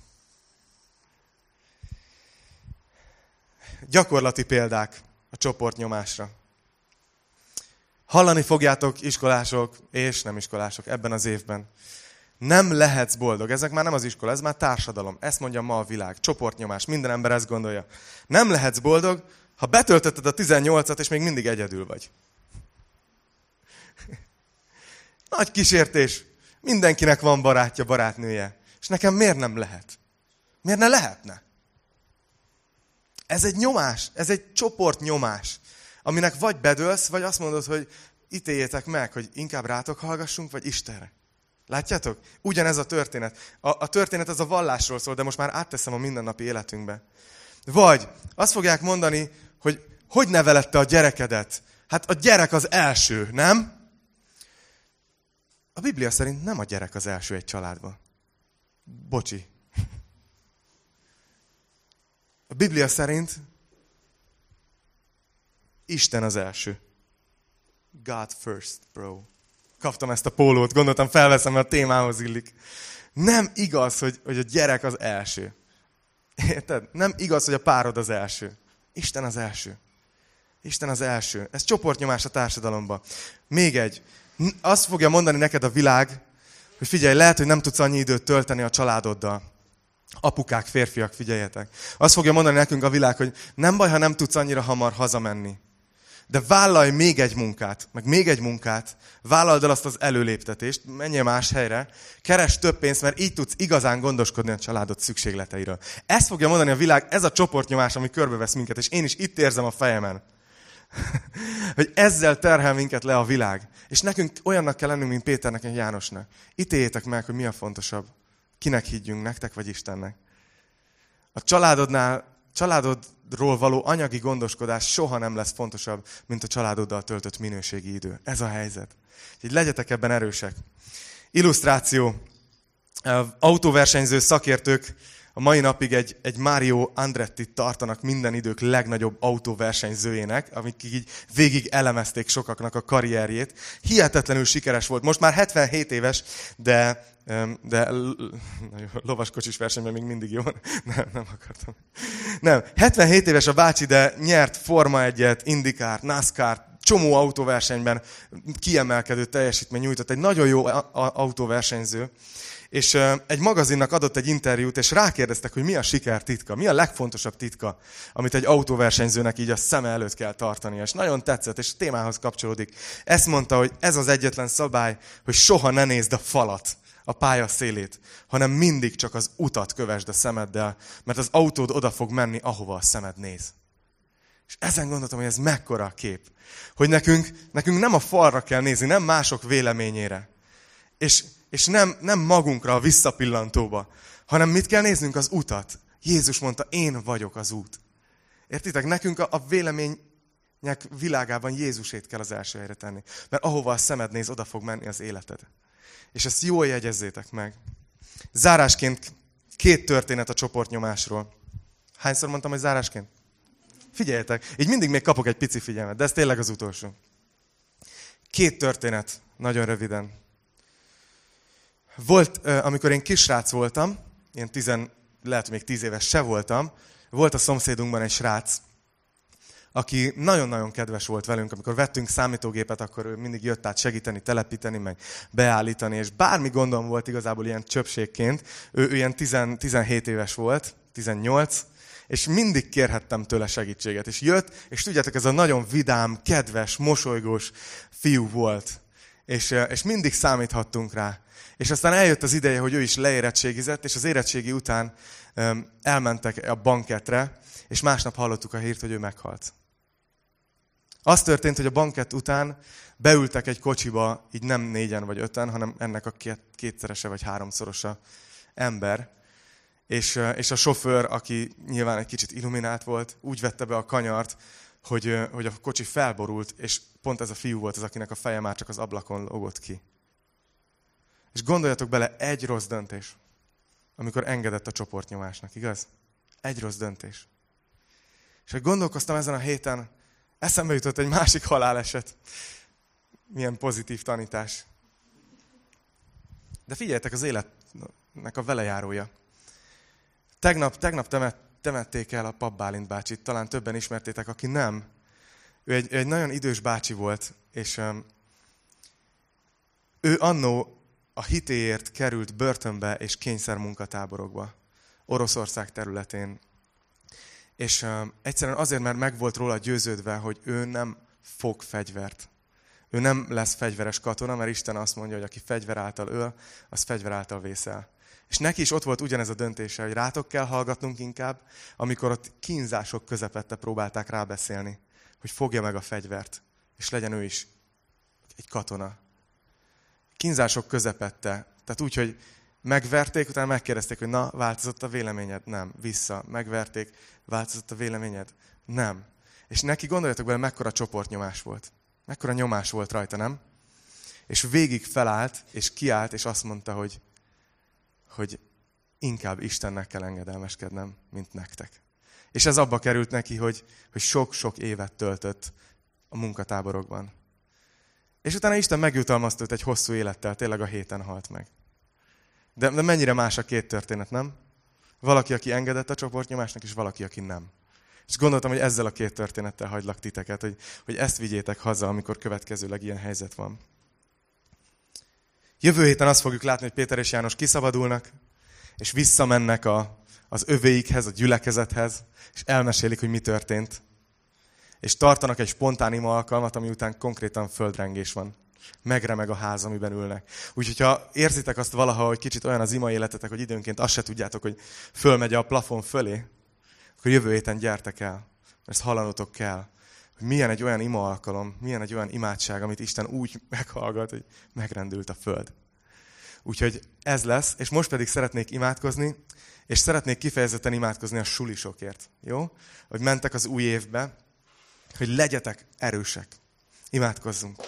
Gyakorlati példák a csoportnyomásra. Hallani fogjátok, iskolások és nem iskolások ebben az évben. Nem lehetsz boldog. Ezek már nem az iskola, ez már társadalom. Ezt mondja ma a világ. Csoportnyomás. Minden ember ezt gondolja. Nem lehetsz boldog, ha betöltötted a tizennyolcat, és még mindig egyedül vagy. Nagy kísértés. Mindenkinek van barátja, barátnője. És nekem miért nem lehet? Miért ne lehetne? Ez egy nyomás, ez egy csoportnyomás, aminek vagy bedőlsz, vagy azt mondod, hogy ítéljétek meg, hogy inkább rátok hallgassunk, vagy Istenre. Látjátok? Ugyanez a történet. A, a történet az a vallásról szól, de most már átteszem a mindennapi életünkbe. Vagy azt fogják mondani, hogy hogy nevelette a gyerekedet? Hát a gyerek az első, nem? A Biblia szerint nem a gyerek az első egy családban. Bocsi. A Biblia szerint Isten az első. God first, bro. Kaptam ezt a pólót, gondoltam felveszem, mert a témához illik. Nem igaz, hogy, hogy a gyerek az első. Érted? Nem igaz, hogy a párod az első. Isten az első. Isten az első. Ez csoportnyomás a társadalomban. Még egy. Azt fogja mondani neked a világ, hogy figyelj, lehet, hogy nem tudsz annyi időt tölteni a családoddal. Apukák, férfiak, figyeljetek. Azt fogja mondani nekünk a világ, hogy nem baj, ha nem tudsz annyira hamar hazamenni. De vállalj még egy munkát, meg még egy munkát, vállald el azt az előléptetést, menjél más helyre, keresd több pénzt, mert így tudsz igazán gondoskodni a családod szükségleteiről. Ezt fogja mondani a világ, ez a csoportnyomás, ami körbevesz minket, és én is itt érzem a fejemen, hogy ezzel terhel minket le a világ. És nekünk olyannak kell lennünk, mint Péternek és Jánosnak. Ítéljétek meg, hogy mi a fontosabb. Kinek higgyünk, nektek vagy Istennek. A családodnál, családodról való anyagi gondoskodás soha nem lesz fontosabb, mint a családoddal töltött minőségi idő. Ez a helyzet. Így legyetek ebben erősek. Illusztráció. Autóversenyző szakértők a mai napig egy, egy Mario Andrettit tartanak minden idők legnagyobb autóversenyzőjének, amik így végig elemezték sokaknak a karrierjét. Hihetetlenül sikeres volt. Most már hetvenhét éves, de, de lovaskocsis versenyben még mindig jó. Nem, nem akartam. Nem, hetvenhét éves a bácsi, de nyert Forma egyet, IndyCart, NASCAR, csomó autóversenyben kiemelkedő teljesítmény nyújtott. Egy nagyon jó autóversenyző. És egy magazinnak adott egy interjút, és rákérdeztek, hogy mi a siker titka, mi a legfontosabb titka, amit egy autóversenyzőnek így a szeme előtt kell tartania. És nagyon tetszett, és a témához kapcsolódik. Ezt mondta, hogy ez az egyetlen szabály, hogy soha ne nézd a falat, a pálya szélét, hanem mindig csak az utat kövesd a szemeddel, mert az autód oda fog menni, ahova a szemed néz. És ezen gondoltam, hogy ez mekkora a kép. Hogy nekünk, nekünk nem a falra kell nézni, nem mások véleményére. És És nem, nem magunkra a visszapillantóba, hanem mit kell néznünk? Az utat. Jézus mondta, én vagyok az út. Értitek? Nekünk a, a vélemények világában Jézusét kell az első helyre tenni. Mert ahova a szemed néz, oda fog menni az életed. És ezt jól jegyezzétek meg. Zárásként két történet a csoportnyomásról. Hányszor mondtam, hogy zárásként? Figyeljetek, így mindig még kapok egy pici figyelmet, de ez tényleg az utolsó. Két történet, nagyon röviden. Volt, amikor én kisrác voltam, ilyen tizen, lehet, hogy még tíz éves se voltam, volt a szomszédunkban egy srác, aki nagyon-nagyon kedves volt velünk. Amikor vettünk számítógépet, akkor ő mindig jött át segíteni, telepíteni, meg beállítani, és bármi gondom volt igazából ilyen csöpségként. Ő, ő ilyen tíz, tizenhét éves volt, tizennyolc, és mindig kérhettem tőle segítséget. És jött, és tudjátok, ez a nagyon vidám, kedves, mosolygós fiú volt. És, és mindig számíthattunk rá. És aztán eljött az ideje, hogy ő is leérettségizett, és az érettségi után um, elmentek a banketre, és másnap hallottuk a hírt, hogy ő meghalt. Az történt, hogy a bankett után beültek egy kocsiba, így nem négyen vagy öten, hanem ennek a két, kétszerese vagy háromszorosa ember. És, és a sofőr, aki nyilván egy kicsit illuminált volt, úgy vette be a kanyart, hogy, hogy a kocsi felborult, és pont ez a fiú volt az, akinek a feje már csak az ablakon lógott ki. És gondoljatok bele, egy rossz döntés, amikor engedett a csoportnyomásnak, igaz? Egy rossz döntés. És hogy gondolkoztam ezen a héten, eszembe jutott egy másik haláleset. Milyen pozitív tanítás. De figyeljetek, az életnek a velejárója. Tegnap, tegnap temet, temették el a Pap Bálint bácsit, talán többen ismertétek, aki nem. Ő egy, egy nagyon idős bácsi volt, és um, ő annó a hitéért került börtönbe és kényszermunkatáborokba. Oroszország területén. És um, egyszerűen azért, mert meg volt róla győződve, hogy ő nem fog fegyvert. Ő nem lesz fegyveres katona, mert Isten azt mondja, hogy aki fegyver által öl, az fegyver által vészel. És neki is ott volt ugyanez a döntése, hogy rátok kell hallgatnunk inkább, amikor ott kínzások közepette próbálták rábeszélni, hogy fogja meg a fegyvert, és legyen ő is egy katona. Kínzások közepette, tehát úgy, hogy megverték, utána megkérdezték, hogy na, változott a véleményed? Nem. Vissza. Megverték, változott a véleményed? Nem. És neki, gondoljatok bele, mekkora csoportnyomás volt. Mekkora nyomás volt rajta, nem? És végig felállt, és kiállt, és azt mondta, hogy, hogy inkább Istennek kell engedelmeskednem, mint nektek. És ez abba került neki, hogy, hogy sok-sok évet töltött a munkatáborokban. És utána Isten megjutalmazta őt egy hosszú élettel, tényleg a héten halt meg. De, de mennyire más a két történet, nem? Valaki, aki engedett a csoportnyomásnak, és valaki, aki nem. És gondoltam, hogy ezzel a két történettel hagylak titeket, hogy, hogy ezt vigyétek haza, amikor következőleg ilyen helyzet van. Jövő héten azt fogjuk látni, hogy Péter és János kiszabadulnak, és visszamennek a, az övéikhez, a gyülekezethez, és elmesélik, hogy mi történt. És tartanak egy spontán ima alkalmat, ami után konkrétan földrengés van. Megremeg a ház, amiben ülnek. Úgyhogy ha érzitek azt valaha, hogy kicsit olyan az ima életetek, hogy időnként azt se tudjátok, hogy fölmegy a plafon fölé, akkor jövő héten gyertek el, mert ezt hallanotok kell, hogy milyen egy olyan ima alkalom, milyen egy olyan imádság, amit Isten úgy meghallgat, hogy megrendült a föld. Úgyhogy ez lesz, és most pedig szeretnék imádkozni, és szeretnék kifejezetten imádkozni a sulisokért. Jó? Hogy mentek az új évbe, hogy legyetek erősek. Imádkozzunk.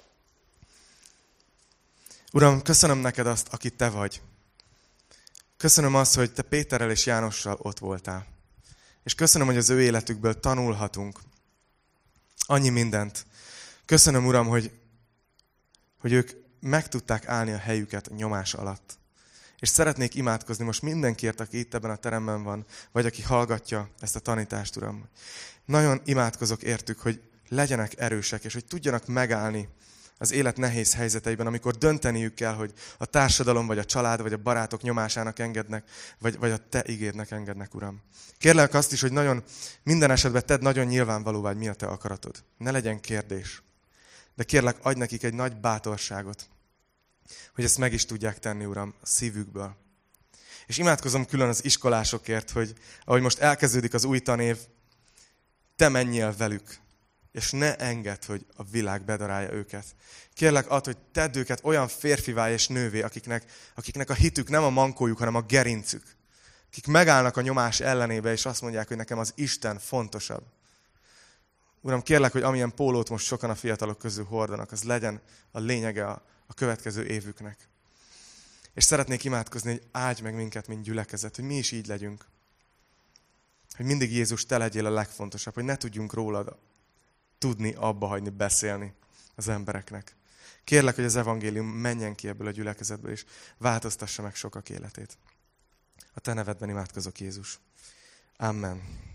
Uram, köszönöm neked azt, aki te vagy. Köszönöm azt, hogy te Péterrel és Jánossal ott voltál. És köszönöm, hogy az ő életükből tanulhatunk. Annyi mindent. Köszönöm, Uram, hogy, hogy ők meg tudták állni a helyüket a nyomás alatt. És szeretnék imádkozni most mindenkiért, aki itt ebben a teremben van, vagy aki hallgatja ezt a tanítást, Uram. Nagyon imádkozok értük, hogy legyenek erősek, és hogy tudjanak megállni az élet nehéz helyzeteiben, amikor dönteniük kell, hogy a társadalom, vagy a család, vagy a barátok nyomásának engednek, vagy, vagy a te igédnek engednek, Uram. Kérlek azt is, hogy nagyon, minden esetben tedd nagyon nyilvánvalóvá, hogy mi a te akaratod. Ne legyen kérdés. De kérlek, adj nekik egy nagy bátorságot, hogy ezt meg is tudják tenni, Uram, a szívükből. És imádkozom külön az iskolásokért, hogy ahogy most elkezdődik az új tanév, te menjél velük, és ne engedd, hogy a világ bedarálja őket. Kérlek, add, hogy tedd őket olyan férfivá és nővé, akiknek, akiknek a hitük nem a mankójuk, hanem a gerincük. Akik megállnak a nyomás ellenébe, és azt mondják, hogy nekem az Isten fontosabb. Uram, kérlek, hogy amilyen pólót most sokan a fiatalok közül hordanak, az legyen a lényege a, a következő évüknek. És szeretnék imádkozni, hogy áldj meg minket, mint gyülekezet, hogy mi is így legyünk. Hogy mindig Jézus, te legyél a legfontosabb, hogy ne tudjunk rólad tudni, abba hagyni, beszélni az embereknek. Kérlek, hogy az evangélium menjen ki ebből a gyülekezetből, és változtassa meg sokak életét. A te nevedben imádkozok, Jézus. Amen.